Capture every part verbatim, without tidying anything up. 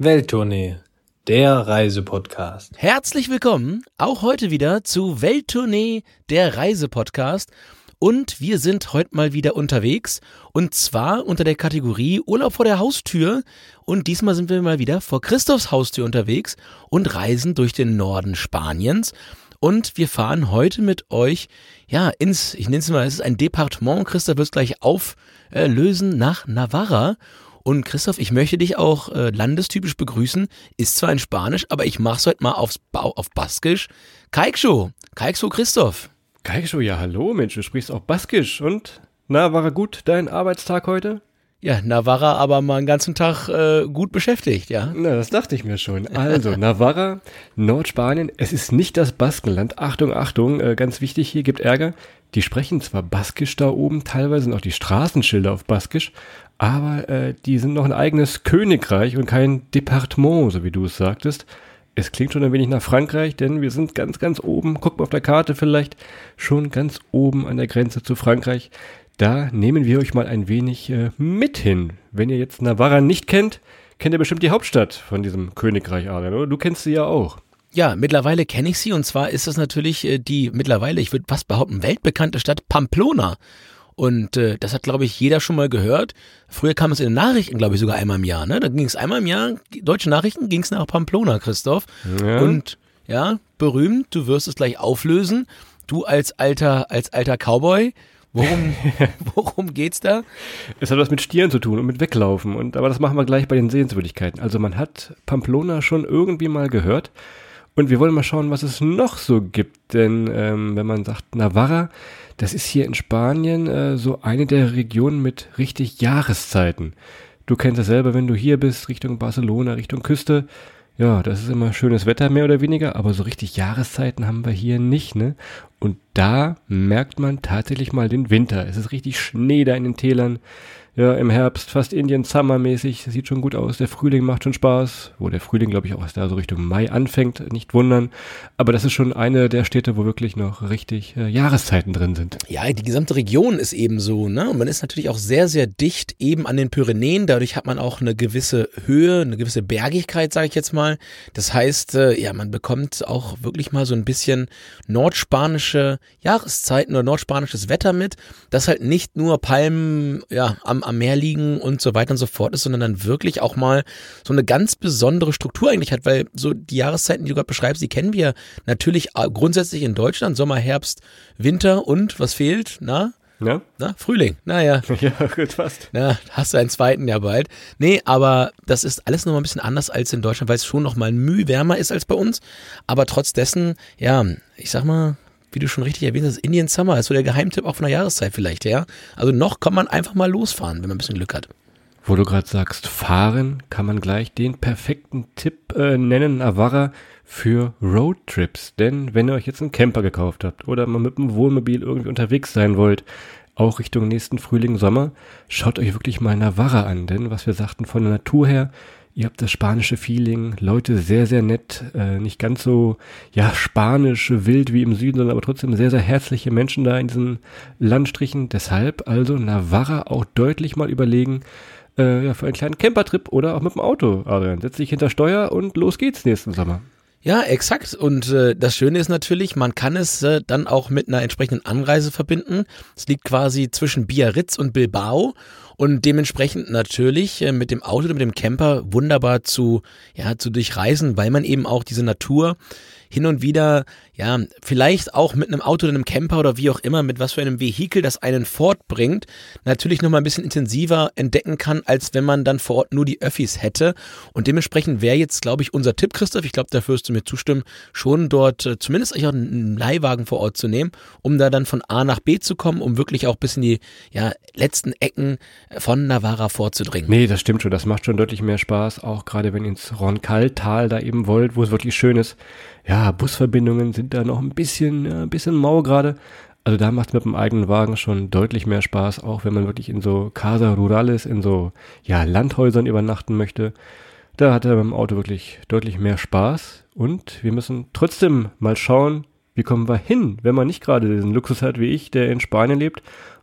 Welttournee, der Reisepodcast. Herzlich willkommen, auch heute wieder zu Welttournee, der Reisepodcast. Und wir sind heute mal wieder unterwegs und zwar unter der Kategorie Urlaub vor der Haustür. Und diesmal sind wir mal wieder vor Christophs Haustür unterwegs und reisen durch den Norden Spaniens. Und wir fahren heute mit euch, ja, ins, ich nenne es mal, es ist ein Departement, Christoph wird es gleich auflösen, nach Navarra. Und Christoph, ich möchte dich auch äh, landestypisch begrüßen, ist zwar in Spanisch, aber ich mach's heute mal aufs ba- auf Baskisch. Kaiksho, Kaiksho Christoph. Kaiksho, ja hallo Mensch, du sprichst auch Baskisch und, na, war er gut, dein Arbeitstag heute? Ja, Navarra aber mal einen ganzen Tag äh, gut beschäftigt, ja. Na, das dachte ich mir schon. Also, Navarra, Nordspanien, es ist nicht das Baskenland. Achtung, Achtung, äh, ganz wichtig, hier gibt Ärger. Die sprechen zwar Baskisch da oben, teilweise sind auch die Straßenschilder auf Baskisch, aber äh, die sind noch ein eigenes Königreich und kein Departement, so wie du es sagtest. Es klingt schon ein wenig nach Frankreich, denn wir sind ganz, ganz oben, guck mal auf der Karte vielleicht, schon ganz oben an der Grenze zu Frankreich. Da nehmen wir euch mal ein wenig äh, mit hin. Wenn ihr jetzt Navarra nicht kennt, kennt ihr bestimmt die Hauptstadt von diesem Königreich, Adrian, oder? Du kennst sie ja auch. Ja, mittlerweile kenne ich sie und zwar ist das natürlich äh, die mittlerweile, ich würde fast behaupten, weltbekannte Stadt Pamplona. Und äh, das hat, glaube ich, jeder schon mal gehört. Früher kam es in den Nachrichten, glaube ich, sogar einmal im Jahr. Ne? Da ging es einmal im Jahr, deutsche Nachrichten, ging es nach Pamplona, Christoph. Ja. Und ja, berühmt, du wirst es gleich auflösen. Du als alter, als alter Cowboy, worum, worum geht's da? Es hat was mit Stieren zu tun und mit Weglaufen. Und, aber das machen wir gleich bei den Sehenswürdigkeiten. Also man hat Pamplona schon irgendwie mal gehört. Und wir wollen mal schauen, was es noch so gibt. Denn ähm, wenn man sagt Navarra, das ist hier in Spanien äh, so eine der Regionen mit richtig Jahreszeiten. Du kennst das selber, wenn du hier bist, Richtung Barcelona, Richtung Küste. Ja, das ist immer schönes Wetter, mehr oder weniger, aber so richtig Jahreszeiten haben wir hier nicht, ne? Und da merkt man tatsächlich mal den Winter. Es ist richtig Schnee da in den Tälern. Ja, im Herbst fast Indian Summer mäßig, sieht schon gut aus. Der Frühling macht schon Spaß. Wo der Frühling, glaube ich, auch erst da so Richtung Mai anfängt, nicht wundern. Aber das ist schon eine der Städte, wo wirklich noch richtig äh, Jahreszeiten drin sind. Ja, die gesamte Region ist eben so, ne? Und man ist natürlich auch sehr, sehr dicht eben an den Pyrenäen. Dadurch hat man auch eine gewisse Höhe, eine gewisse Bergigkeit, sage ich jetzt mal. Das heißt, äh, ja, man bekommt auch wirklich mal so ein bisschen nordspanische Jahreszeiten oder nordspanisches Wetter mit, das halt nicht nur Palmen, ja, am am Meer liegen und so weiter und so fort ist, sondern dann wirklich auch mal so eine ganz besondere Struktur eigentlich hat, weil so die Jahreszeiten, die du gerade beschreibst, die kennen wir natürlich grundsätzlich in Deutschland, Sommer, Herbst, Winter und was fehlt? Na? Ja? Na, Frühling. Naja. Ja, gut, fast. Na, hast du einen zweiten ja bald. Nee, aber das ist alles nochmal ein bisschen anders als in Deutschland, weil es schon nochmal müh wärmer ist als bei uns, aber trotz dessen, ja, ich sag mal, wie du schon richtig erwähnt hast, Indian Summer ist so der Geheimtipp auch von der Jahreszeit vielleicht, ja. Also noch kann man einfach mal losfahren, wenn man ein bisschen Glück hat. Wo du gerade sagst, fahren, kann man gleich den perfekten Tipp äh, nennen, Navarra, für Roadtrips. Denn wenn ihr euch jetzt einen Camper gekauft habt oder mal mit dem Wohnmobil irgendwie unterwegs sein wollt, auch Richtung nächsten Frühling, Sommer, schaut euch wirklich mal Navarra an. Denn was wir sagten von der Natur her, ihr habt das spanische Feeling, Leute sehr, sehr nett, äh, nicht ganz so, ja, spanisch, wild wie im Süden, sondern aber trotzdem sehr, sehr herzliche Menschen da in diesen Landstrichen. Deshalb also Navarra auch deutlich mal überlegen, äh, ja, für einen kleinen Campertrip oder auch mit dem Auto, Adrian. Setz dich hinter Steuer und los geht's nächsten Sommer. Ja, exakt. Und äh, das Schöne ist natürlich, man kann es äh, dann auch mit einer entsprechenden Anreise verbinden. Es liegt quasi zwischen Biarritz und Bilbao und dementsprechend natürlich äh, mit dem Auto oder mit dem Camper wunderbar zu, ja, zu durchreisen, weil man eben auch diese Natur hin und wieder, ja, vielleicht auch mit einem Auto oder einem Camper oder wie auch immer, mit was für einem Vehikel das einen fortbringt, natürlich nochmal ein bisschen intensiver entdecken kann, als wenn man dann vor Ort nur die Öffis hätte. Und dementsprechend wäre jetzt, glaube ich, unser Tipp, Christoph, ich glaube, da wirst du mir zustimmen, schon dort äh, zumindest auch einen Leihwagen vor Ort zu nehmen, um da dann von A nach B zu kommen, um wirklich auch bis in die, ja, letzten Ecken von Navarra vorzudringen. Nee, das stimmt schon, das macht schon deutlich mehr Spaß, auch gerade wenn ihr ins Roncal-Tal da eben wollt, wo es wirklich schön ist. Ja, Busverbindungen sind da noch ein bisschen, ja, ein bisschen mau gerade. Also da macht es mit dem eigenen Wagen schon deutlich mehr Spaß, auch wenn man wirklich in so Casa Rurales, in so, ja, Landhäusern übernachten möchte. Da hat er mit dem Auto wirklich deutlich mehr Spaß. Und wir müssen trotzdem mal schauen, wie kommen wir hin, wenn man nicht gerade diesen Luxus hat wie ich, der in Spanien lebt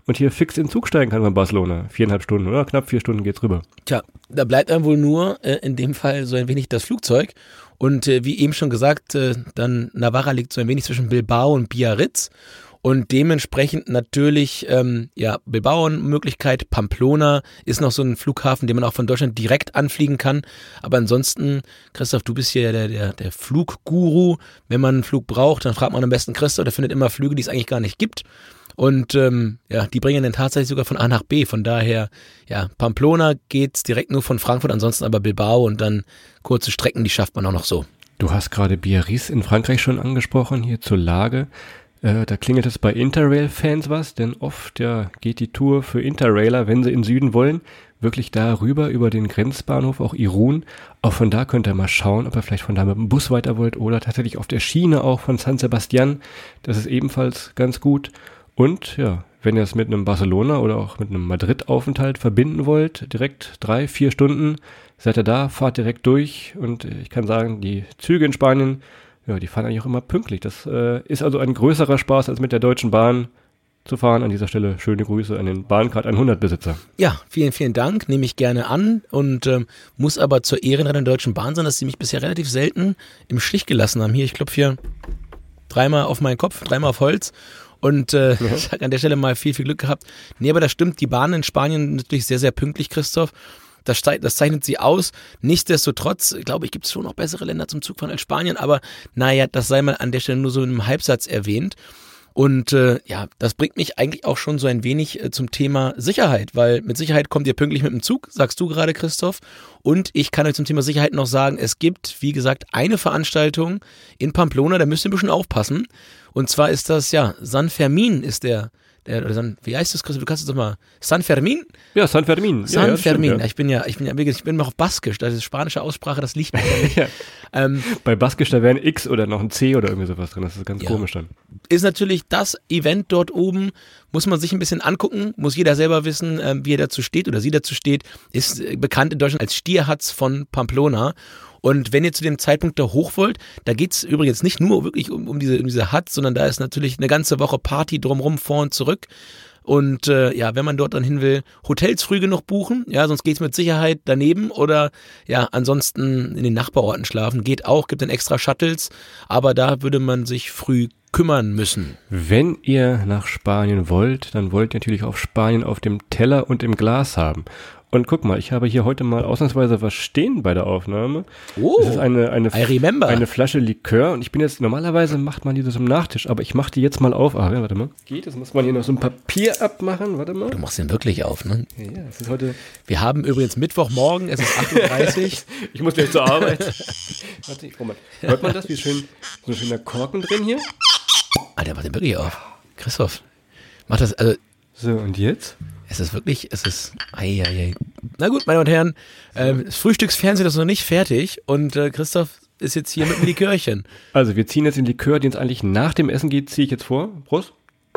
und hier fix in den Zug steigen kann von Barcelona. Viereinhalb Stunden oder knapp vier Stunden geht's rüber. Tja, da bleibt einem wohl nur äh, in dem Fall so ein wenig das Flugzeug. Und äh, wie eben schon gesagt, äh, dann Navarra liegt so ein wenig zwischen Bilbao und Biarritz. Und dementsprechend natürlich, ähm, ja, Bilbao eine Möglichkeit, Pamplona ist noch so ein Flughafen, den man auch von Deutschland direkt anfliegen kann. Aber ansonsten, Christoph, du bist hier der, der, der Flugguru. Wenn man einen Flug braucht, dann fragt man am besten Christoph, der findet immer Flüge, die es eigentlich gar nicht gibt. Und ähm, ja, die bringen dann tatsächlich sogar von A nach B. Von daher, ja, Pamplona geht's direkt nur von Frankfurt, ansonsten aber Bilbao und dann kurze Strecken, die schafft man auch noch so. Du hast gerade Biarritz in Frankreich schon angesprochen, hier zur Lage. Äh, da klingelt es bei Interrail-Fans was, denn oft ja, geht die Tour für Interrailer, wenn sie in den Süden wollen, wirklich da rüber über den Grenzbahnhof, auch Irun. Auch von da könnt ihr mal schauen, ob ihr vielleicht von da mit dem Bus weiter wollt oder tatsächlich auf der Schiene auch von San Sebastian. Das ist ebenfalls ganz gut. Und ja, wenn ihr es mit einem Barcelona oder auch mit einem Madrid-Aufenthalt verbinden wollt, direkt drei, vier Stunden, seid ihr da, fahrt direkt durch. Und ich kann sagen, die Züge in Spanien, ja, die fahren eigentlich auch immer pünktlich. Das äh, ist also ein größerer Spaß, als mit der Deutschen Bahn zu fahren. An dieser Stelle schöne Grüße an den Bahncard hundert-Besitzer. Ja, vielen, vielen Dank. Nehme ich gerne an und ähm, muss aber zur Ehrenrettung der Deutschen Bahn sein, dass sie mich bisher relativ selten im Stich gelassen haben. Hier, ich klopfe hier dreimal auf meinen Kopf, dreimal auf Holz. Und äh, ja. Ich habe an der Stelle mal viel, viel Glück gehabt. Nee, aber das stimmt, die Bahnen in Spanien natürlich sehr, sehr pünktlich, Christoph. Das, das zeichnet sie aus. Nichtsdestotrotz, glaube ich, gibt es schon noch bessere Länder zum Zugfahren als Spanien. Aber naja, das sei mal an der Stelle nur so in einem Halbsatz erwähnt. Und äh, ja, das bringt mich eigentlich auch schon so ein wenig äh, zum Thema Sicherheit, weil mit Sicherheit kommt ihr pünktlich mit dem Zug, sagst du gerade, Christoph. Und ich kann euch zum Thema Sicherheit noch sagen, es gibt, wie gesagt, eine Veranstaltung in Pamplona, da müsst ihr ein bisschen aufpassen. Und zwar ist das, ja, San Fermin ist der, der oder San, wie heißt das, Christoph, du kannst es doch mal, San Fermin? Ja, San Fermin. San ja, ja, Fermin, stimmt, ja. ich bin ja, ich bin ja, ich bin noch auf Baskisch, das ist spanische Aussprache, das liegt mir nicht. ja. ähm, Bei Baskisch, da wäre ein X oder noch ein C oder irgendwie sowas drin, das ist ganz ja. komisch dann. Ist natürlich das Event dort oben, muss man sich ein bisschen angucken, muss jeder selber wissen, ähm, wie er dazu steht oder sie dazu steht, ist äh, bekannt in Deutschland als Stierhatz von Pamplona. Und wenn ihr zu dem Zeitpunkt da hoch wollt, da geht's übrigens nicht nur wirklich um, um diese, um diese Hut, sondern da ist natürlich eine ganze Woche Party drumrum, vor und zurück. Und äh, ja, wenn man dort dann hin will, Hotels früh genug buchen, ja, sonst geht's mit Sicherheit daneben oder ja, ansonsten in den Nachbarorten schlafen, geht auch, gibt dann extra Shuttles, aber da würde man sich früh kümmern müssen. Wenn ihr nach Spanien wollt, dann wollt ihr natürlich auch Spanien auf dem Teller und im Glas haben. Und guck mal, ich habe hier heute mal ausnahmsweise was stehen bei der Aufnahme. Oh, das ist eine, eine, I remember. eine Flasche Likör und ich bin jetzt, normalerweise macht man die so zum Nachtisch, aber ich mache die jetzt mal auf. Ah, ja, warte mal. Geht, das muss man hier noch so ein Papier abmachen, warte mal. Du machst den wirklich auf, ne? Ja, es ist heute... Wir haben übrigens Mittwochmorgen, es ist acht Uhr dreißig. Ich muss gleich zur Arbeit. Warte, ich, Moment. Hört man das? Wie schön, so ein schöner Korken drin hier. Alter, mach den wirklich auf. Christoph, mach das, also... So, und jetzt? Es ist wirklich, es ist, ei, ei, ei. Na gut, meine Damen und Herren, ähm, das Frühstücksfernsehen ist noch nicht fertig und äh, Christoph ist jetzt hier mit dem Likörchen. Also wir ziehen jetzt den Likör, den es eigentlich nach dem Essen geht, ziehe ich jetzt vor. Prost.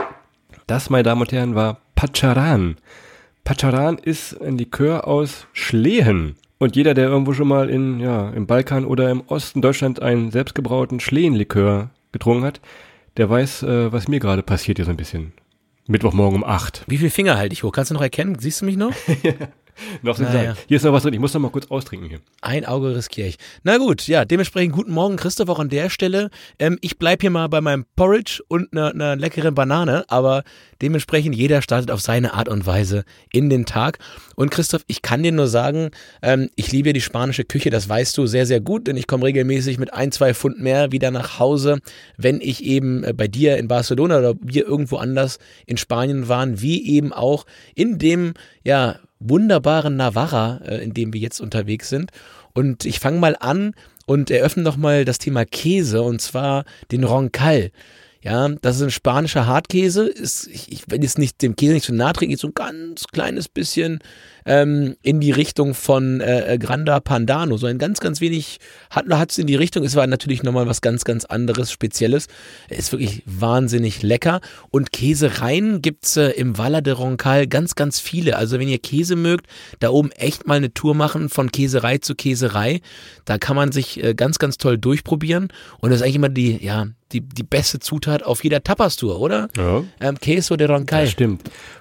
Das, meine Damen und Herren, war Pacharan. Pacharan ist ein Likör aus Schlehen. Und jeder, der irgendwo schon mal in, ja, im Balkan oder im Osten Deutschland einen selbstgebrauten Schlehenlikör getrunken hat, der weiß, äh, was mir gerade passiert hier so ein bisschen. Mittwochmorgen um acht. Wie viele Finger halte ich hoch? Kannst du noch erkennen? Siehst du mich noch? noch sind naja. Hier ist noch was drin. Ich muss noch mal kurz austrinken hier. Ein Auge riskiere ich. Na gut, ja, dementsprechend guten Morgen, Christoph, auch an der Stelle. Ähm, ich bleib hier mal bei meinem Porridge und einer, einer leckeren Banane, aber dementsprechend jeder startet auf seine Art und Weise in den Tag. Und Christoph, ich kann dir nur sagen, ähm, ich liebe die spanische Küche, das weißt du sehr, sehr gut, denn ich komme regelmäßig mit ein, zwei Pfund mehr wieder nach Hause, wenn ich eben äh, bei dir in Barcelona oder wir irgendwo anders in Spanien waren, wie eben auch in dem, ja, wunderbaren Navarra, äh, in dem wir jetzt unterwegs sind. Und ich fange mal an und eröffne nochmal das Thema Käse, und zwar den Roncal. Ja, das ist ein spanischer Hartkäse. Ist, ich, ich will jetzt nicht dem Käse nicht zu nahe treten, geht so ein ganz kleines bisschen ähm, in die Richtung von äh, Granda Padano. So ein ganz, ganz wenig hat es in die Richtung. Es war natürlich nochmal was ganz, ganz anderes, Spezielles. Ist wirklich wahnsinnig lecker. Und Käsereien gibt's äh, im Valle de Roncal ganz, ganz viele. Also wenn ihr Käse mögt, da oben echt mal eine Tour machen von Käserei zu Käserei. Da kann man sich äh, ganz, ganz toll durchprobieren. Und das ist eigentlich immer die, ja, die, die beste Zutat auf jeder Tapas-Tour, oder? Ja. Ähm, Queso de Roncai. Das stimmt.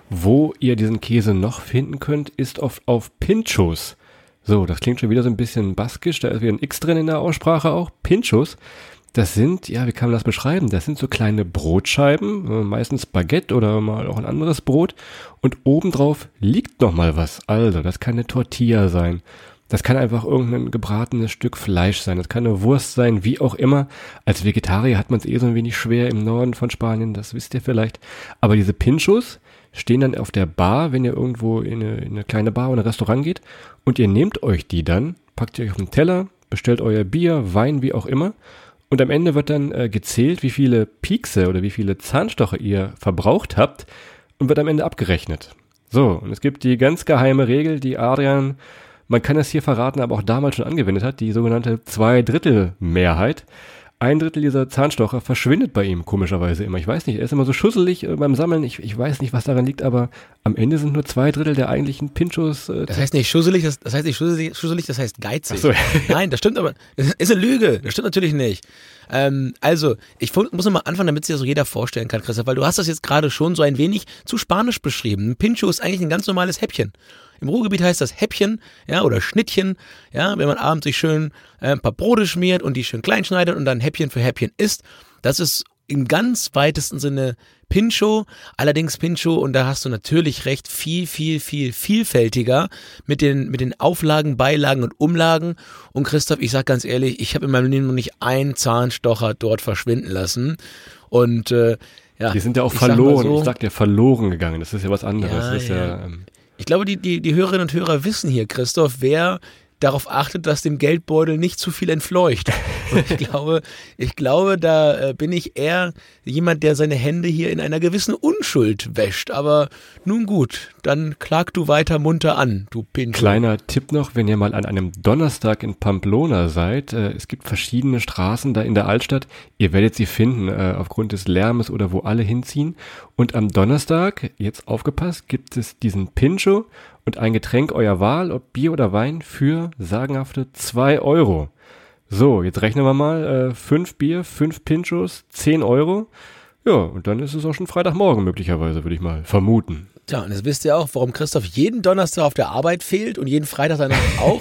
Wo ihr diesen Käse noch finden könnt, ist auf, auf Pinchos. So, das klingt schon wieder so ein bisschen baskisch, da ist wieder ein X drin in der Aussprache auch. Pinchos, das sind, ja, wie kann man das beschreiben? Das sind so kleine Brotscheiben, meistens Baguette oder mal auch ein anderes Brot. Und obendrauf liegt noch mal was. Also, das kann eine Tortilla sein. Das kann einfach irgendein gebratenes Stück Fleisch sein. Das kann eine Wurst sein, wie auch immer. Als Vegetarier hat man es eh so ein wenig schwer im Norden von Spanien, das wisst ihr vielleicht. Aber diese Pinchos stehen dann auf der Bar, wenn ihr irgendwo in eine, in eine kleine Bar oder ein Restaurant geht. Und ihr nehmt euch die dann, packt ihr euch auf den Teller, bestellt euer Bier, Wein, wie auch immer. Und am Ende wird dann äh, gezählt, wie viele Piekse oder wie viele Zahnstocher ihr verbraucht habt und wird am Ende abgerechnet. So, und es gibt die ganz geheime Regel, die Adrian, man kann es hier verraten, aber auch damals schon angewendet hat, die sogenannte Zwei-Drittel-Mehrheit. Ein Drittel dieser Zahnstocher verschwindet bei ihm komischerweise immer. Ich weiß nicht, er ist immer so schusselig äh, beim Sammeln. Ich, ich weiß nicht, was daran liegt, aber am Ende sind nur zwei Drittel der eigentlichen Pinchos. Äh, das heißt nicht schusselig, das, das heißt nicht schusselig, schusselig, das heißt geizig. Ach so. Nein, das stimmt aber, das ist eine Lüge, das stimmt natürlich nicht. Ähm, also, ich muss nochmal anfangen, damit sich das so jeder vorstellen kann, Christoph, weil du hast das jetzt gerade schon so ein wenig zu spanisch beschrieben. Ein Pincho ist eigentlich ein ganz normales Häppchen. Im Ruhrgebiet heißt das Häppchen, ja, oder Schnittchen, ja, wenn man abends sich schön äh, ein paar Brote schmiert und die schön klein schneidet und dann Häppchen für Häppchen isst. Das ist im ganz weitesten Sinne Pincho, allerdings Pincho, und da hast du natürlich recht, viel, viel, viel vielfältiger mit den, mit den Auflagen, Beilagen und Umlagen. Und Christoph, ich sag ganz ehrlich, ich habe in meinem Leben noch nicht einen Zahnstocher dort verschwinden lassen. Und äh, ja, die sind ja auch ich verloren, sag mal so, ich sag dir, verloren gegangen. Das ist ja was anderes. Ja, das ist ja. ja, ähm, Ich glaube, die, die, die Hörerinnen und Hörer wissen hier, Christoph, wer darauf achtet, dass dem Geldbeutel nicht zu viel entfleucht. Und ich glaube, ich glaube, da äh, bin ich eher jemand, der seine Hände hier in einer gewissen Unschuld wäscht. Aber nun gut, dann klag du weiter munter an, du Pincho. Kleiner Tipp noch, wenn ihr mal an einem Donnerstag in Pamplona seid, äh, es gibt verschiedene Straßen da in der Altstadt, ihr werdet sie finden, äh, aufgrund des Lärmes oder wo alle hinziehen. Und am Donnerstag, jetzt aufgepasst, gibt es diesen Pincho und ein Getränk eurer Wahl, ob Bier oder Wein, für sagenhafte zwei Euro. So, jetzt rechnen wir mal, äh, fünf Bier, fünf Pinchos, zehn Euro. Ja, und dann ist es auch schon Freitagmorgen möglicherweise, würde ich mal vermuten. Tja, und jetzt wisst ihr auch, warum Christoph jeden Donnerstag auf der Arbeit fehlt und jeden Freitag danach auch.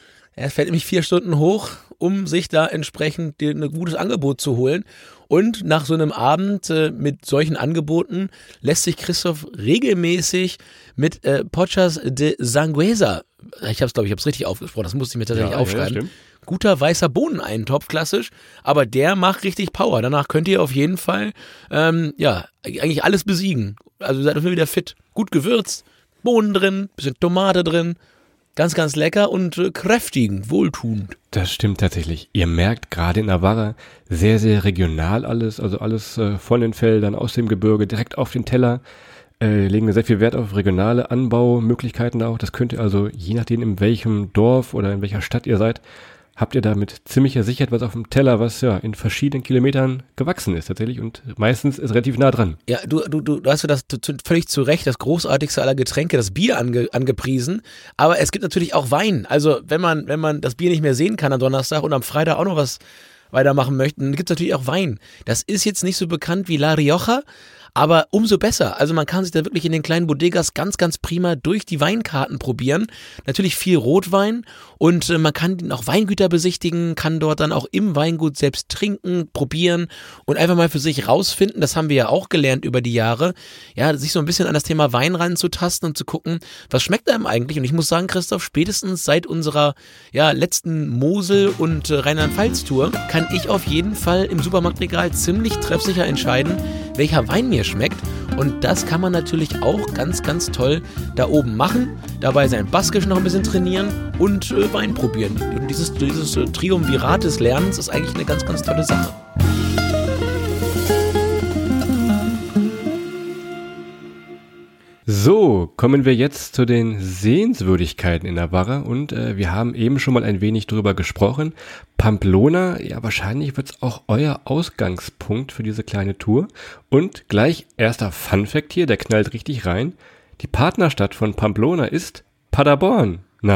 Er fährt nämlich vier Stunden hoch, um sich da entsprechend ein gutes Angebot zu holen. Und nach so einem Abend äh, mit solchen Angeboten lässt sich Christoph regelmäßig mit äh, Pochas de Sangüesa, ich habe es glaube ich, habe es richtig aufgesprochen, das musste ich mir tatsächlich Ja, aufschreiben, ja, guter weißer Bohneneintopf, klassisch, aber der macht richtig Power. Danach könnt ihr auf jeden Fall ähm, ja eigentlich alles besiegen. Also seid ihr wieder fit, gut gewürzt, Bohnen drin, bisschen Tomate drin. Ganz, ganz lecker und äh, kräftigend, wohltuend. Das stimmt tatsächlich. Ihr merkt gerade in Navarra sehr, sehr regional alles, also alles äh, von den Feldern, aus dem Gebirge, direkt auf den Teller. Äh, legen wir sehr viel Wert auf regionale Anbaumöglichkeiten auch. Das könnt ihr also, je nachdem in welchem Dorf oder in welcher Stadt ihr seid, habt ihr da mit ziemlicher Sicherheit was auf dem Teller, was ja in verschiedenen Kilometern gewachsen ist tatsächlich und meistens ist relativ nah dran. Ja, du, du, du, du hast ja das völlig zu Recht, das großartigste aller Getränke, das Bier ange, angepriesen, aber es gibt natürlich auch Wein. Also wenn man, wenn man das Bier nicht mehr sehen kann am Donnerstag und am Freitag auch noch was weitermachen möchte, dann gibt es natürlich auch Wein. Das ist jetzt nicht so bekannt wie La Rioja, aber umso besser. Also man kann sich da wirklich in den kleinen Bodegas ganz, ganz prima durch die Weinkarten probieren. Natürlich viel Rotwein und äh, man kann auch Weingüter besichtigen, kann dort dann auch im Weingut selbst trinken, probieren und einfach mal für sich rausfinden. Das haben wir ja auch gelernt über die Jahre. Ja, sich so ein bisschen an das Thema Wein ranzutasten und zu gucken, was schmeckt einem eigentlich? Und ich muss sagen, Christoph, spätestens seit unserer ja, letzten Mosel- und äh, Rheinland-Pfalz-Tour kann ich auf jeden Fall im Supermarktregal ziemlich treffsicher entscheiden, welcher Wein mir schmeckt. Und das kann man natürlich auch ganz, ganz toll da oben machen. Dabei sein Baskisch noch ein bisschen trainieren und äh, Wein probieren. Und dieses, dieses äh, Triumvirat des Lernens ist eigentlich eine ganz, ganz tolle Sache. So, kommen wir jetzt zu den Sehenswürdigkeiten in Navarra und äh, wir haben eben schon mal ein wenig drüber gesprochen. Pamplona, ja wahrscheinlich wird es auch euer Ausgangspunkt für diese kleine Tour. Und gleich erster Funfact hier, der knallt richtig rein. Die Partnerstadt von Pamplona ist Paderborn. Na,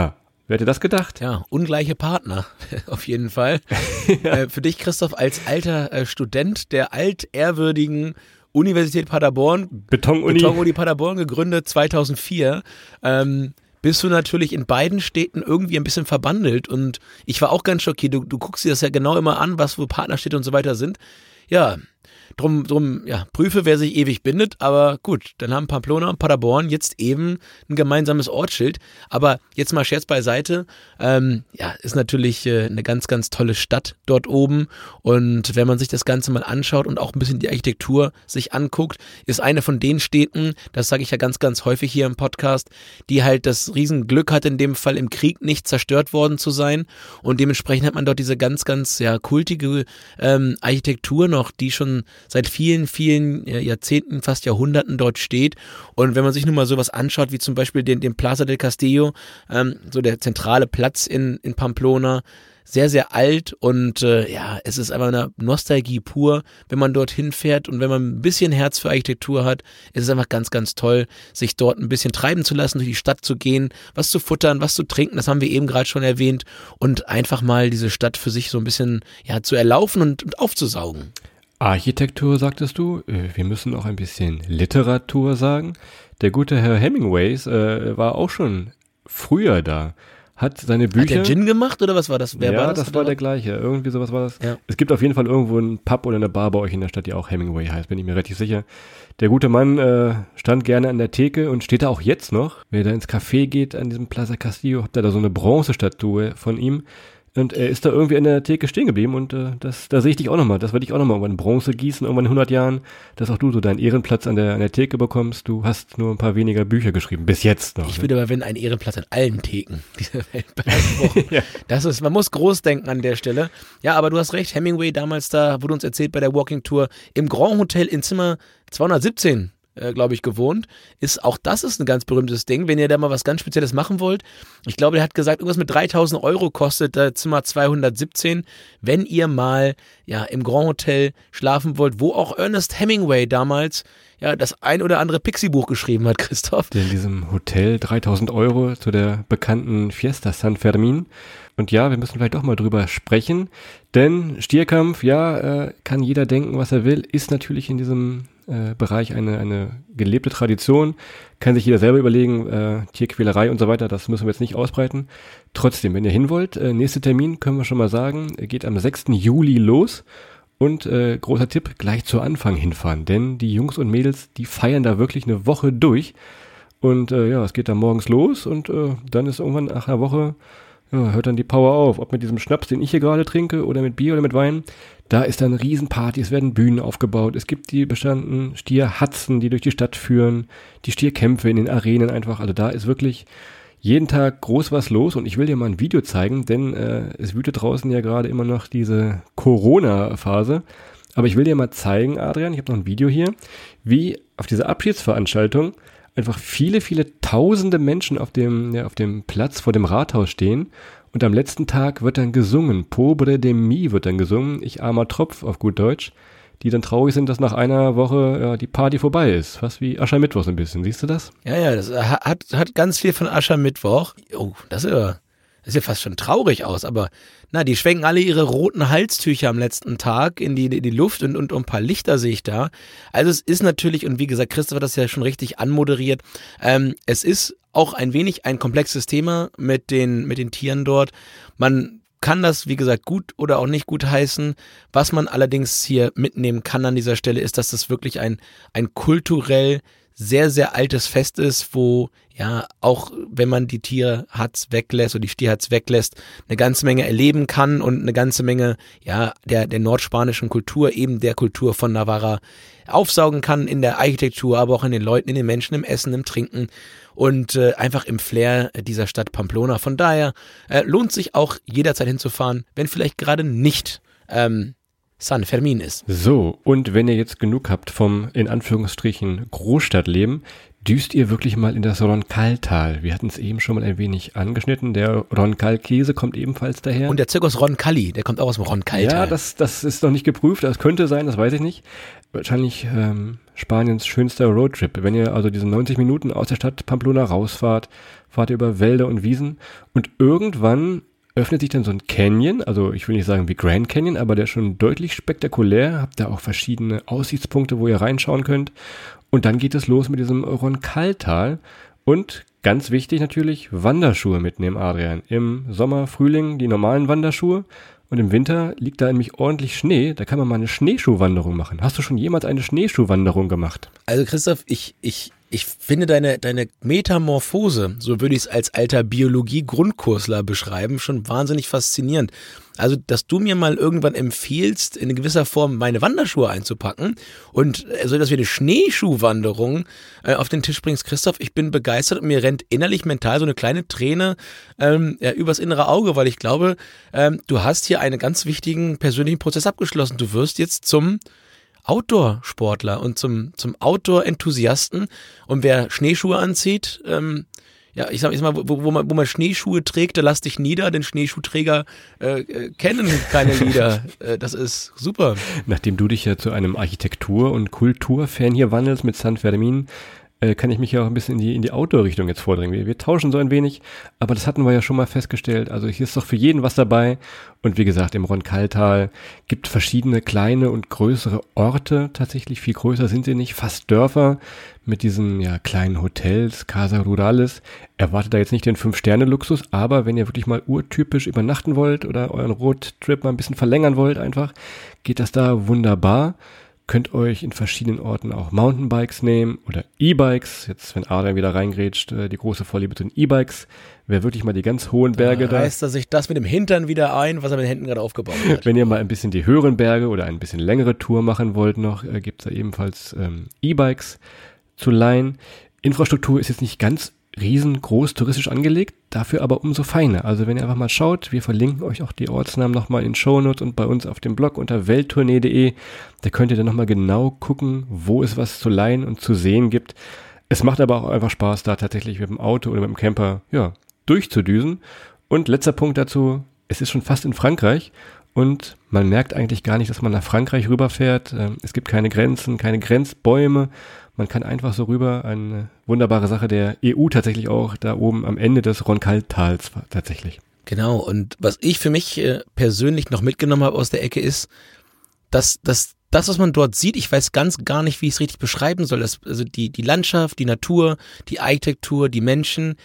Wer hätte das gedacht? Ja, ungleiche Partner, auf jeden Fall. ja. äh, für dich, Christoph, als alter äh, Student der altehrwürdigen Universität Paderborn, Beton-Uni, Beton-Uni Paderborn, gegründet zweitausendvier, ähm, bist du natürlich in beiden Städten irgendwie ein bisschen verbandelt und ich war auch ganz schockiert, du, du guckst dir das ja genau immer an, was wo Partnerstädte und so weiter sind. Ja, drum, drum, ja, prüfe, wer sich ewig bindet, aber gut, dann haben Pamplona und Paderborn jetzt eben ein gemeinsames Ortsschild, aber jetzt mal Scherz beiseite, ähm, ja, ist natürlich äh, eine ganz, ganz tolle Stadt dort oben und wenn man sich das Ganze mal anschaut und auch ein bisschen die Architektur sich anguckt, ist eine von den Städten, das sage ich ja ganz, ganz häufig hier im Podcast, die halt das Riesenglück hat, in dem Fall im Krieg nicht zerstört worden zu sein und dementsprechend hat man dort diese ganz, ganz, ja, kultige ähm, Architektur noch, die schon seit vielen, vielen Jahrzehnten, fast Jahrhunderten dort steht. Und wenn man sich nun mal sowas anschaut, wie zum Beispiel den, den Plaza del Castillo, ähm, so der zentrale Platz in, in Pamplona, sehr, sehr alt und äh, ja, es ist einfach eine Nostalgie pur, wenn man dorthin fährt und wenn man ein bisschen Herz für Architektur hat, ist es einfach ganz, ganz toll, sich dort ein bisschen treiben zu lassen, durch die Stadt zu gehen, was zu futtern, was zu trinken, das haben wir eben gerade schon erwähnt und einfach mal diese Stadt für sich so ein bisschen ja zu erlaufen und, und aufzusaugen. Architektur, sagtest du. Wir müssen auch ein bisschen Literatur sagen. Der gute Herr Hemingways äh, war auch schon früher da. Hat seine Bücher... Hat der Gin gemacht oder was war das? Wer ja, war das? das war der gleiche. Irgendwie sowas war das. Ja. Es gibt auf jeden Fall irgendwo einen Pub oder eine Bar bei euch in der Stadt, die auch Hemingway heißt, bin ich mir relativ sicher. Der gute Mann äh, stand gerne an der Theke und steht da auch jetzt noch. Wenn ihr da ins Café geht an diesem Plaza Castillo, habt ihr da so eine Bronzestatue von ihm. Und er ist da irgendwie an der Theke stehen geblieben und äh, das, da sehe ich dich auch nochmal. Das werde ich auch nochmal irgendwann in Bronze gießen, irgendwann in hundert Jahren, dass auch du so deinen Ehrenplatz an der, an der Theke bekommst. Du hast nur ein paar weniger Bücher geschrieben, bis jetzt noch. Ich ne? würde aber, wenn, einen Ehrenplatz an allen Theken dieser Welt beanspruchen. ja. Das ist, man muss groß denken an der Stelle. Ja, aber du hast recht, Hemingway damals da, wurde uns erzählt bei der Walking Tour, im Grand Hotel in Zimmer zweihundertsiebzehn. Äh, glaube ich, gewohnt, ist auch das ist ein ganz berühmtes Ding, wenn ihr da mal was ganz Spezielles machen wollt. Ich glaube, der hat gesagt, irgendwas mit dreitausend Euro kostet äh, Zimmer zweihundertsiebzehn, wenn ihr mal ja im Grand Hotel schlafen wollt, wo auch Ernest Hemingway damals ja das ein oder andere Pixie-Buch geschrieben hat, Christoph. In diesem Hotel dreitausend Euro zu der bekannten Fiesta San Fermin. Und ja, wir müssen vielleicht doch mal drüber sprechen, denn Stierkampf, ja, äh, kann jeder denken, was er will, ist natürlich in diesem äh, Bereich eine, eine gelebte Tradition, kann sich jeder selber überlegen, äh, Tierquälerei und so weiter, das müssen wir jetzt nicht ausbreiten. Trotzdem, wenn ihr hin wollt, äh, nächster Termin, können wir schon mal sagen, geht am sechsten Juli los und äh, großer Tipp, gleich zu Anfang hinfahren, denn die Jungs und Mädels, die feiern da wirklich eine Woche durch und äh, ja, es geht dann morgens los und äh, dann ist irgendwann nach einer Woche ja, hört dann die Power auf, ob mit diesem Schnaps, den ich hier gerade trinke, oder mit Bier oder mit Wein. Da ist dann eine Riesenparty, es werden Bühnen aufgebaut, es gibt die bestandenen Stierhatzen, die durch die Stadt führen, die Stierkämpfe in den Arenen einfach, also da ist wirklich jeden Tag groß was los und ich will dir mal ein Video zeigen, denn äh, es wütet draußen ja gerade immer noch diese Corona-Phase, aber ich will dir mal zeigen, Adrian, ich habe noch ein Video hier, wie auf dieser Abschiedsveranstaltung einfach viele, viele tausende Menschen auf dem, ja, auf dem Platz vor dem Rathaus stehen und am letzten Tag wird dann gesungen, Pobre de mi wird dann gesungen, ich armer Tropf auf gut Deutsch, die dann traurig sind, dass nach einer Woche ja, die Party vorbei ist, fast wie Aschermittwoch so ein bisschen, siehst du das? Ja, ja, das hat, hat ganz viel von Aschermittwoch, oh, das ist ja, das sieht ja fast schon traurig aus, aber na, die schwenken alle ihre roten Halstücher am letzten Tag in die, in die Luft und, und ein paar Lichter sehe ich da. Also es ist natürlich, und wie gesagt, Christoph hat das ja schon richtig anmoderiert, ähm, es ist auch ein wenig ein komplexes Thema mit den, mit den Tieren dort. Man kann das, wie gesagt, gut oder auch nicht gut heißen. Was man allerdings hier mitnehmen kann an dieser Stelle, ist, dass das wirklich ein, ein kulturell sehr, sehr altes Fest ist, wo ja auch, wenn man die Tierhatz weglässt oder die Stierhatz weglässt, eine ganze Menge erleben kann und eine ganze Menge ja der, der nordspanischen Kultur, eben der Kultur von Navarra aufsaugen kann in der Architektur, aber auch in den Leuten, in den Menschen, im Essen, im Trinken und äh, einfach im Flair dieser Stadt Pamplona. Von daher äh, lohnt sich auch jederzeit hinzufahren, wenn vielleicht gerade nicht ähm, San Fermin ist. So, und wenn ihr jetzt genug habt vom, in Anführungsstrichen, Großstadtleben, düst ihr wirklich mal in das Roncal-Tal. Wir hatten es eben schon mal ein wenig angeschnitten. Der Roncal-Käse kommt ebenfalls daher. Und der Zirkus Roncalli, der kommt auch aus dem Roncal-Tal. Ja, das, das ist noch nicht geprüft. Das könnte sein, das weiß ich nicht. Wahrscheinlich ähm, Spaniens schönster Roadtrip. Wenn ihr also diese neunzig Minuten aus der Stadt Pamplona rausfahrt, fahrt ihr über Wälder und Wiesen und irgendwann öffnet sich dann so ein Canyon, also ich will nicht sagen wie Grand Canyon, aber der ist schon deutlich spektakulär. Habt da auch verschiedene Aussichtspunkte, wo ihr reinschauen könnt. Und dann geht es los mit diesem Roncal-Tal. Und ganz wichtig natürlich, Wanderschuhe mitnehmen, Adrian. Im Sommer, Frühling die normalen Wanderschuhe. Und im Winter liegt da nämlich ordentlich Schnee. Da kann man mal eine Schneeschuhwanderung machen. Hast du schon jemals eine Schneeschuhwanderung gemacht? Also Christoph, ich, ich, ich finde deine, deine Metamorphose, so würde ich es als alter Biologie-Grundkursler beschreiben, schon wahnsinnig faszinierend. Also, dass du mir mal irgendwann empfiehlst, in gewisser Form meine Wanderschuhe einzupacken und so, dass wir eine Schneeschuhwanderung äh, auf den Tisch bringst, Christoph, ich bin begeistert und mir rennt innerlich mental so eine kleine Träne ähm, ja, übers innere Auge, weil ich glaube, ähm, du hast hier einen ganz wichtigen persönlichen Prozess abgeschlossen. Du wirst jetzt zum Outdoor-Sportler und zum, zum Outdoor-Enthusiasten. Und wer Schneeschuhe anzieht, ähm, ja, ich sag, ich sag mal, wo, wo, man, wo man Schneeschuhe trägt, da lass dich nieder, denn Schneeschuhträger äh, äh, kennen keine Lieder. äh, das ist super. Nachdem du dich ja zu einem Architektur- und Kulturfan hier wandelst mit San Fermin, äh, kann ich mich ja auch ein bisschen in die, in die Outdoor-Richtung jetzt vordringen. Wir, wir tauschen so ein wenig, aber das hatten wir ja schon mal festgestellt. Also hier ist doch für jeden was dabei. Und wie gesagt, im Roncal-Tal gibt verschiedene kleine und größere Orte. Tatsächlich viel größer sind sie nicht, fast Dörfer mit diesen ja kleinen Hotels, Casa Rurales. Erwartet da jetzt nicht den Fünf-Sterne-Luxus, aber wenn ihr wirklich mal urtypisch übernachten wollt oder euren Roadtrip mal ein bisschen verlängern wollt einfach, geht das da wunderbar. Könnt euch in verschiedenen Orten auch Mountainbikes nehmen oder E-Bikes. Jetzt, wenn Adrian wieder reingrätscht, die große Vorliebe zu den E-Bikes. Wer wirklich mal die ganz hohen Berge da... Da reißt er sich das mit dem Hintern wieder ein, was er mit den Händen gerade aufgebaut hat. Wenn ihr mal ein bisschen die höheren Berge oder ein bisschen längere Tour machen wollt noch, äh, gibt es da ebenfalls ähm, E-Bikes zu leihen. Infrastruktur ist jetzt nicht ganz riesengroß touristisch angelegt, dafür aber umso feiner. Also wenn ihr einfach mal schaut, wir verlinken euch auch die Ortsnamen nochmal in den Shownotes und bei uns auf dem Blog unter welttournee punkt de. Da könnt ihr dann nochmal genau gucken, wo es was zu leihen und zu sehen gibt. Es macht aber auch einfach Spaß, da tatsächlich mit dem Auto oder mit dem Camper, ja, durchzudüsen. Und letzter Punkt dazu, es ist schon fast in Frankreich und man merkt eigentlich gar nicht, dass man nach Frankreich rüberfährt. Es gibt keine Grenzen, keine Grenzbäume. Man kann einfach so rüber, eine wunderbare Sache der E U tatsächlich auch, da oben am Ende des Roncal-Tals tatsächlich. Genau, und was ich für mich äh, persönlich noch mitgenommen habe aus der Ecke ist, dass, dass das, was man dort sieht, ich weiß ganz gar nicht, wie ich es richtig beschreiben soll, das, also die, die Landschaft, die Natur, die Architektur, die Menschen,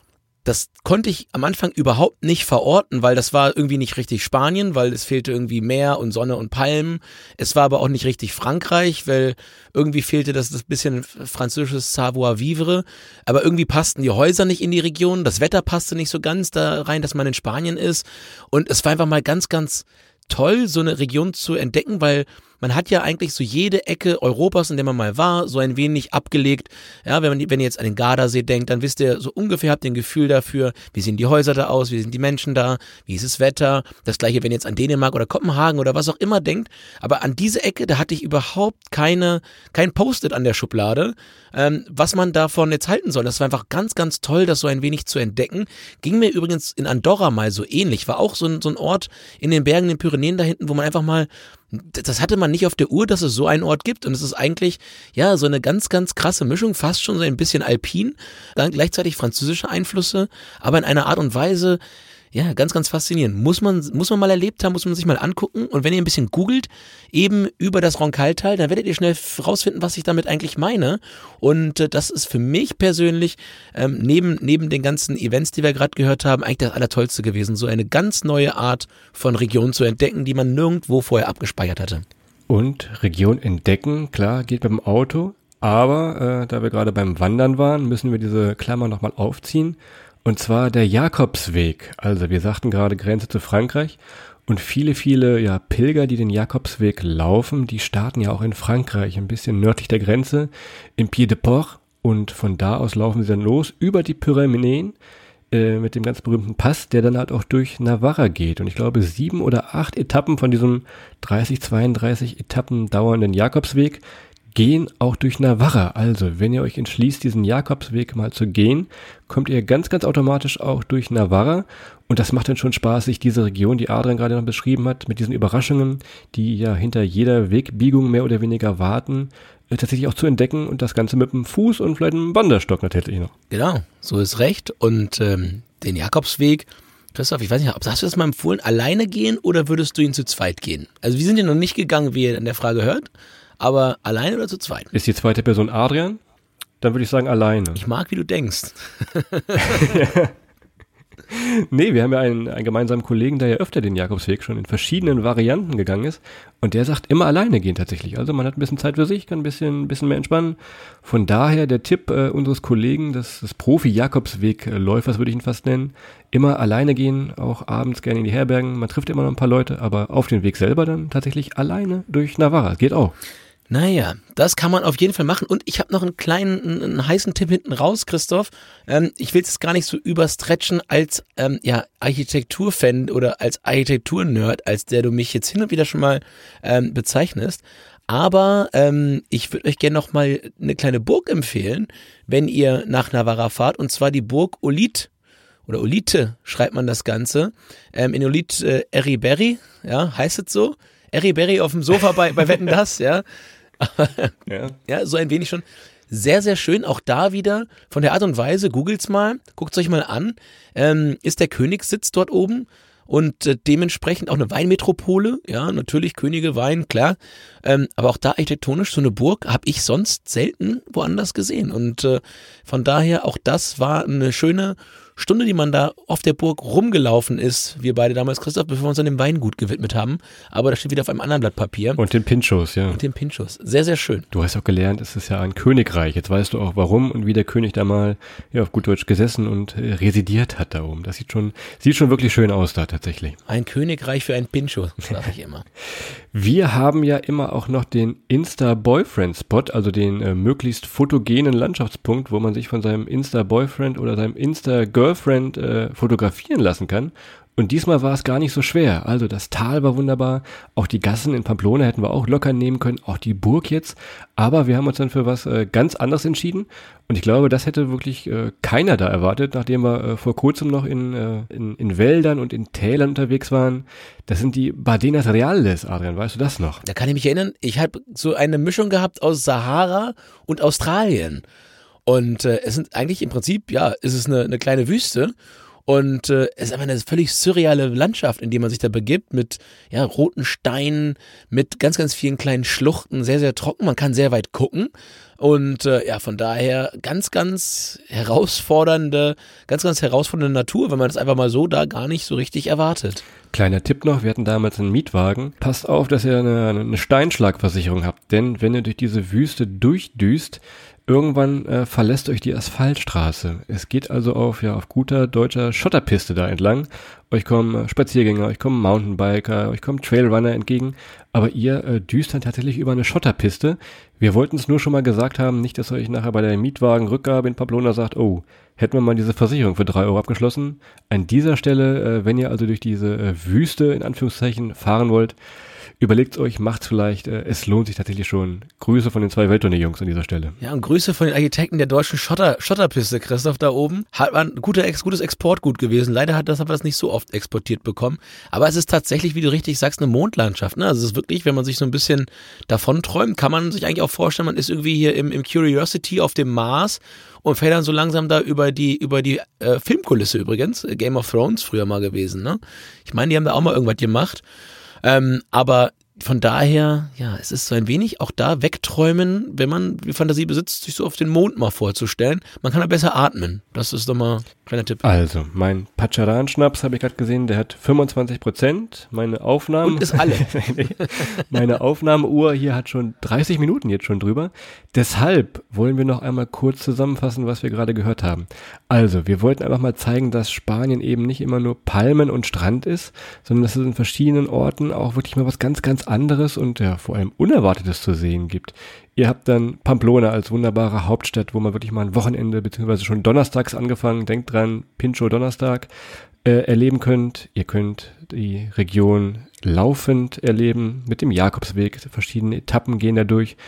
das konnte ich am Anfang überhaupt nicht verorten, weil das war irgendwie nicht richtig Spanien, weil es fehlte irgendwie Meer und Sonne und Palmen. Es war aber auch nicht richtig Frankreich, weil irgendwie fehlte das, das bisschen französisches Savoir-vivre. Aber irgendwie passten die Häuser nicht in die Region, das Wetter passte nicht so ganz da rein, dass man in Spanien ist. Und es war einfach mal ganz, ganz toll, so eine Region zu entdecken, weil man hat ja eigentlich so jede Ecke Europas, in der man mal war, so ein wenig abgelegt. Ja, wenn man, wenn ihr jetzt an den Gardasee denkt, dann wisst ihr so ungefähr, habt ihr ein Gefühl dafür, wie sehen die Häuser da aus, wie sind die Menschen da, wie ist das Wetter. Das gleiche, wenn ihr jetzt an Dänemark oder Kopenhagen oder was auch immer denkt. Aber an diese Ecke, da hatte ich überhaupt keine, kein Post-it an der Schublade, ähm, was man davon jetzt halten soll. Das war einfach ganz, ganz toll, das so ein wenig zu entdecken. Ging mir übrigens in Andorra mal so ähnlich. War auch so ein, so ein Ort in den Bergen, in den Pyrenäen da hinten, wo man einfach mal, das hatte man nicht auf der Uhr, dass es so einen Ort gibt und es ist eigentlich, ja, so eine ganz, ganz krasse Mischung, fast schon so ein bisschen alpin, dann gleichzeitig französische Einflüsse, aber in einer Art und Weise, ja, ganz, ganz faszinierend. Muss man, muss man mal erlebt haben, muss man sich mal angucken und wenn ihr ein bisschen googelt, eben über das Roncal-Tal, dann werdet ihr schnell rausfinden, was ich damit eigentlich meine und äh, das ist für mich persönlich ähm, neben, neben den ganzen Events, die wir gerade gehört haben, eigentlich das Allertollste gewesen, so eine ganz neue Art von Region zu entdecken, die man nirgendwo vorher abgespeichert hatte. Und Region entdecken, klar, geht beim Auto, aber äh, da wir gerade beim Wandern waren, müssen wir diese Klammer nochmal aufziehen. Und zwar der Jakobsweg. Also wir sagten gerade Grenze zu Frankreich und viele, viele ja Pilger, die den Jakobsweg laufen, die starten ja auch in Frankreich, ein bisschen nördlich der Grenze, im Pied-de-Port und von da aus laufen sie dann los über die Pyrenäen äh, mit dem ganz berühmten Pass, der dann halt auch durch Navarra geht. Und ich glaube sieben oder acht Etappen von diesem dreißig, zweiunddreißig Etappen dauernden Jakobsweg, gehen auch durch Navarra. Also, wenn ihr euch entschließt, diesen Jakobsweg mal zu gehen, kommt ihr ganz, ganz automatisch auch durch Navarra. Und das macht dann schon Spaß, sich diese Region, die Adrian gerade noch beschrieben hat, mit diesen Überraschungen, die ja hinter jeder Wegbiegung mehr oder weniger warten, äh, tatsächlich auch zu entdecken und das Ganze mit einem Fuß und vielleicht einem Wanderstock natürlich noch. Genau, so ist recht. Und ähm, den Jakobsweg, Christoph, ich weiß nicht, hast du das mal empfohlen, alleine gehen oder würdest du ihn zu zweit gehen? Also wir sind ja noch nicht gegangen, wie ihr in der Frage hört, aber alleine oder zu zweit? Ist die zweite Person Adrian? Dann würde ich sagen alleine. Ich mag, wie du denkst. Nee, wir haben ja einen, einen gemeinsamen Kollegen, der ja öfter den Jakobsweg schon in verschiedenen Varianten gegangen ist und der sagt immer alleine gehen tatsächlich. Also man hat ein bisschen Zeit für sich, kann ein bisschen, ein bisschen mehr entspannen. Von daher der Tipp äh, unseres Kollegen, des, des Profi-Jakobsweg-Läufers würde ich ihn fast nennen, immer alleine gehen, auch abends gerne in die Herbergen. Man trifft immer noch ein paar Leute, aber auf den Weg selber dann tatsächlich alleine durch Navarra. Geht auch. Naja, das kann man auf jeden Fall machen. Und ich habe noch einen kleinen, einen, einen heißen Tipp hinten raus, Christoph. Ähm, ich will es gar nicht so überstretchen als ähm, ja, Architekturfan oder als Architekturnerd, als der du mich jetzt hin und wieder schon mal ähm, bezeichnest. Aber ähm, ich würde euch gerne noch mal eine kleine Burg empfehlen, wenn ihr nach Navarra fahrt. Und zwar die Burg Olite. Oder Olite schreibt man das Ganze. Ähm, in Olite äh, Erriberri, ja, heißt es so. Erriberri auf dem Sofa bei, bei Wetten, dass, ja. ja. Ja, so ein wenig schon. Sehr, sehr schön. Auch da wieder von der Art und Weise, googelt's mal, guckt's euch mal an, ähm, ist der Königssitz dort oben und äh, dementsprechend auch eine Weinmetropole. Ja, natürlich Könige, Wein, klar. Ähm, aber auch da architektonisch so eine Burg habe ich sonst selten woanders gesehen. Und äh, von daher auch das war eine schöne Stunde, die man da auf der Burg rumgelaufen ist, wir beide damals, Christoph, bevor wir uns an dem Weingut gewidmet haben. Aber das steht wieder auf einem anderen Blatt Papier. Und den Pinchos, ja. Und den Pinchos. Sehr, sehr schön. Du hast auch gelernt, es ist ja ein Königreich. Jetzt weißt du auch, warum und wie der König da mal, ja, auf gut Deutsch gesessen und äh, residiert hat da oben. Das sieht schon, sieht schon wirklich schön aus da tatsächlich. Ein Königreich für ein Pincho, sage ich immer. Wir haben ja immer auch noch den Insta-Boyfriend-Spot, also den äh, möglichst fotogenen Landschaftspunkt, wo man sich von seinem Insta-Boyfriend oder seinem Insta-Girlfriend äh, fotografieren lassen kann. Und diesmal war es gar nicht so schwer. Also das Tal war wunderbar, auch die Gassen in Pamplona hätten wir auch locker nehmen können, auch die Burg jetzt. Aber wir haben uns dann für was äh, ganz anderes entschieden. Und ich glaube, das hätte wirklich äh, keiner da erwartet, nachdem wir äh, vor kurzem noch in, äh, in, in Wäldern und in Tälern unterwegs waren. Das sind die Badenas Reales, Adrian, weißt du das noch? Da kann ich mich erinnern, ich habe so eine Mischung gehabt aus Sahara und Australien. Und äh, es sind eigentlich im Prinzip, ja, es ist eine, eine kleine Wüste. Und äh, es ist einfach eine völlig surreale Landschaft, in die man sich da begibt, mit ja, roten Steinen, mit ganz, ganz vielen kleinen Schluchten, sehr, sehr trocken. Man kann sehr weit gucken. Und äh, ja, von daher ganz, ganz herausfordernde, ganz, ganz herausfordernde Natur, wenn man das einfach mal so da gar nicht so richtig erwartet. Kleiner Tipp noch, wir hatten damals einen Mietwagen. Passt auf, dass ihr eine, eine Steinschlagversicherung habt, denn wenn ihr durch diese Wüste durchdüst, irgendwann äh, verlässt euch die Asphaltstraße. Es geht also auf, ja, auf guter deutscher Schotterpiste da entlang. Euch kommen äh, Spaziergänger, euch kommen Mountainbiker, euch kommen Trailrunner entgegen, aber ihr äh, düst dann tatsächlich über eine Schotterpiste. Wir wollten es nur schon mal gesagt haben, nicht, dass ihr euch nachher bei der Mietwagenrückgabe in Pamplona sagt, oh, hätten wir mal diese Versicherung für drei Euro abgeschlossen. An dieser Stelle, äh, wenn ihr also durch diese äh, Wüste in Anführungszeichen fahren wollt, überlegt euch, macht's vielleicht, äh, es lohnt sich tatsächlich schon. Grüße von den zwei Welttournee-Jungs an dieser Stelle. Ja, und Grüße von den Architekten der deutschen Schotter, Schotterpiste, Christoph, da oben. Hat man ein guter, gutes Exportgut gewesen. Leider hat das aber das nicht so oft exportiert bekommen. Aber es ist tatsächlich, wie du richtig sagst, eine Mondlandschaft. Ne? Also es ist wirklich, wenn man sich so ein bisschen davon träumt, kann man sich eigentlich auch vorstellen, man ist irgendwie hier im, im Curiosity auf dem Mars und fährt dann so langsam da über die über die äh, Filmkulisse übrigens. Game of Thrones früher mal gewesen. Ne? Ich meine, die haben da auch mal irgendwas gemacht. Ähm, aber von daher, ja, es ist so ein wenig auch da wegträumen, wenn man die Fantasie besitzt, sich so auf den Mond mal vorzustellen. Man kann da besser atmen. Das ist doch mal ein kleiner Tipp. Also, mein Pacharan-Schnaps habe ich gerade gesehen, der hat fünfundzwanzig Prozent. Meine Aufnahmen... Und ist alle. Meine Aufnahmeuhr hier hat schon dreißig Minuten jetzt schon drüber. Deshalb wollen wir noch einmal kurz zusammenfassen, was wir gerade gehört haben. Also, wir wollten einfach mal zeigen, dass Spanien eben nicht immer nur Palmen und Strand ist, sondern dass es in verschiedenen Orten auch wirklich mal was ganz, ganz anderes und ja vor allem Unerwartetes zu sehen gibt. Ihr habt dann Pamplona als wunderbare Hauptstadt, wo man wirklich mal ein Wochenende beziehungsweise schon donnerstags angefangen, denkt dran, Pincho Donnerstag, äh, erleben könnt. Ihr könnt die Region laufend erleben mit dem Jakobsweg, verschiedene Etappen gehen da durch.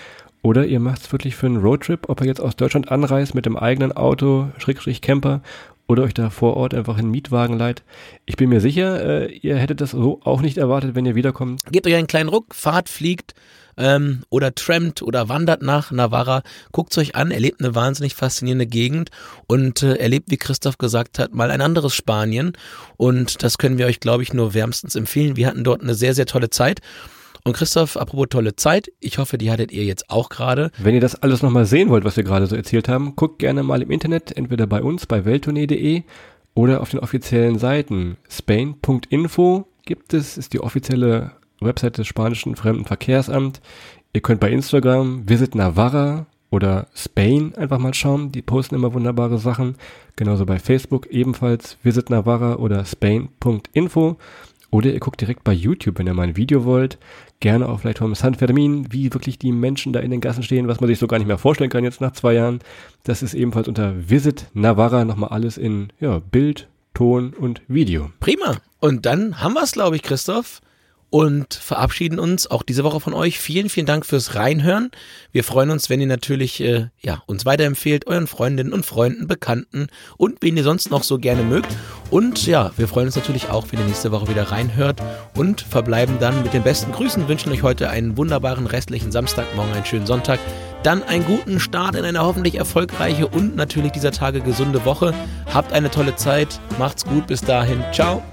Oder ihr macht es wirklich für einen Roadtrip, ob ihr jetzt aus Deutschland anreist mit dem eigenen Auto, Schrägstrich Camper, oder euch da vor Ort einfach einen Mietwagen leiht. Ich bin mir sicher, äh, ihr hättet das so auch nicht erwartet, wenn ihr wiederkommt. Gebt euch einen kleinen Ruck, fahrt, fliegt ähm, oder trampt oder wandert nach Navarra. Guckt es euch an, erlebt eine wahnsinnig faszinierende Gegend und äh, erlebt, wie Christoph gesagt hat, mal ein anderes Spanien. Und das können wir euch, glaube ich, nur wärmstens empfehlen. Wir hatten dort eine sehr, sehr tolle Zeit. Und Christoph, apropos tolle Zeit, ich hoffe, die hattet ihr jetzt auch gerade. Wenn ihr das alles nochmal sehen wollt, was wir gerade so erzählt haben, guckt gerne mal im Internet, entweder bei uns, bei welttournee punkt de oder auf den offiziellen Seiten. Spain Punkt info gibt es, ist die offizielle Website des spanischen Fremdenverkehrsamt. Ihr könnt bei Instagram Visit Navarra oder Spain einfach mal schauen, die posten immer wunderbare Sachen. Genauso bei Facebook ebenfalls Visit Navarra oder Spain Punkt info. Oder ihr guckt direkt bei YouTube, wenn ihr mal ein Video wollt. Gerne auch vielleicht vom San Fermin, wie wirklich die Menschen da in den Gassen stehen, was man sich so gar nicht mehr vorstellen kann jetzt nach zwei Jahren. Das ist ebenfalls unter Visit Navarra nochmal alles in ja, Bild, Ton und Video. Prima. Und dann haben wir es, glaube ich, Christoph. Und verabschieden uns auch diese Woche von euch. Vielen, vielen Dank fürs Reinhören. Wir freuen uns, wenn ihr natürlich äh, ja, uns weiterempfehlt, euren Freundinnen und Freunden, Bekannten und wen ihr sonst noch so gerne mögt. Und ja, wir freuen uns natürlich auch, wenn ihr nächste Woche wieder reinhört und verbleiben dann mit den besten Grüßen. Wünschen euch heute einen wunderbaren restlichen Samstag, morgen einen schönen Sonntag. Dann einen guten Start in eine hoffentlich erfolgreiche und natürlich dieser Tage gesunde Woche. Habt eine tolle Zeit. Macht's gut. Bis dahin. Ciao.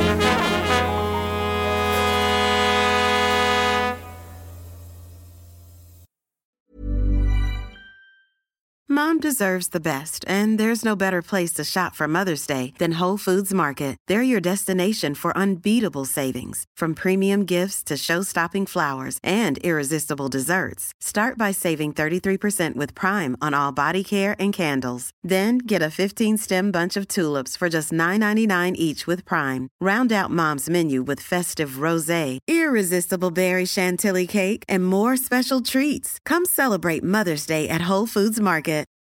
Mom deserves the best, and there's no better place to shop for Mother's Day than Whole Foods Market. They're your destination for unbeatable savings, from premium gifts to show-stopping flowers and irresistible desserts. Start by saving thirty-three percent with Prime on all body care and candles. Then get a fifteen-stem bunch of tulips for just nine ninety-nine each with Prime. Round out Mom's menu with festive rosé, irresistible berry chantilly cake, and more special treats. Come celebrate Mother's Day at Whole Foods Market.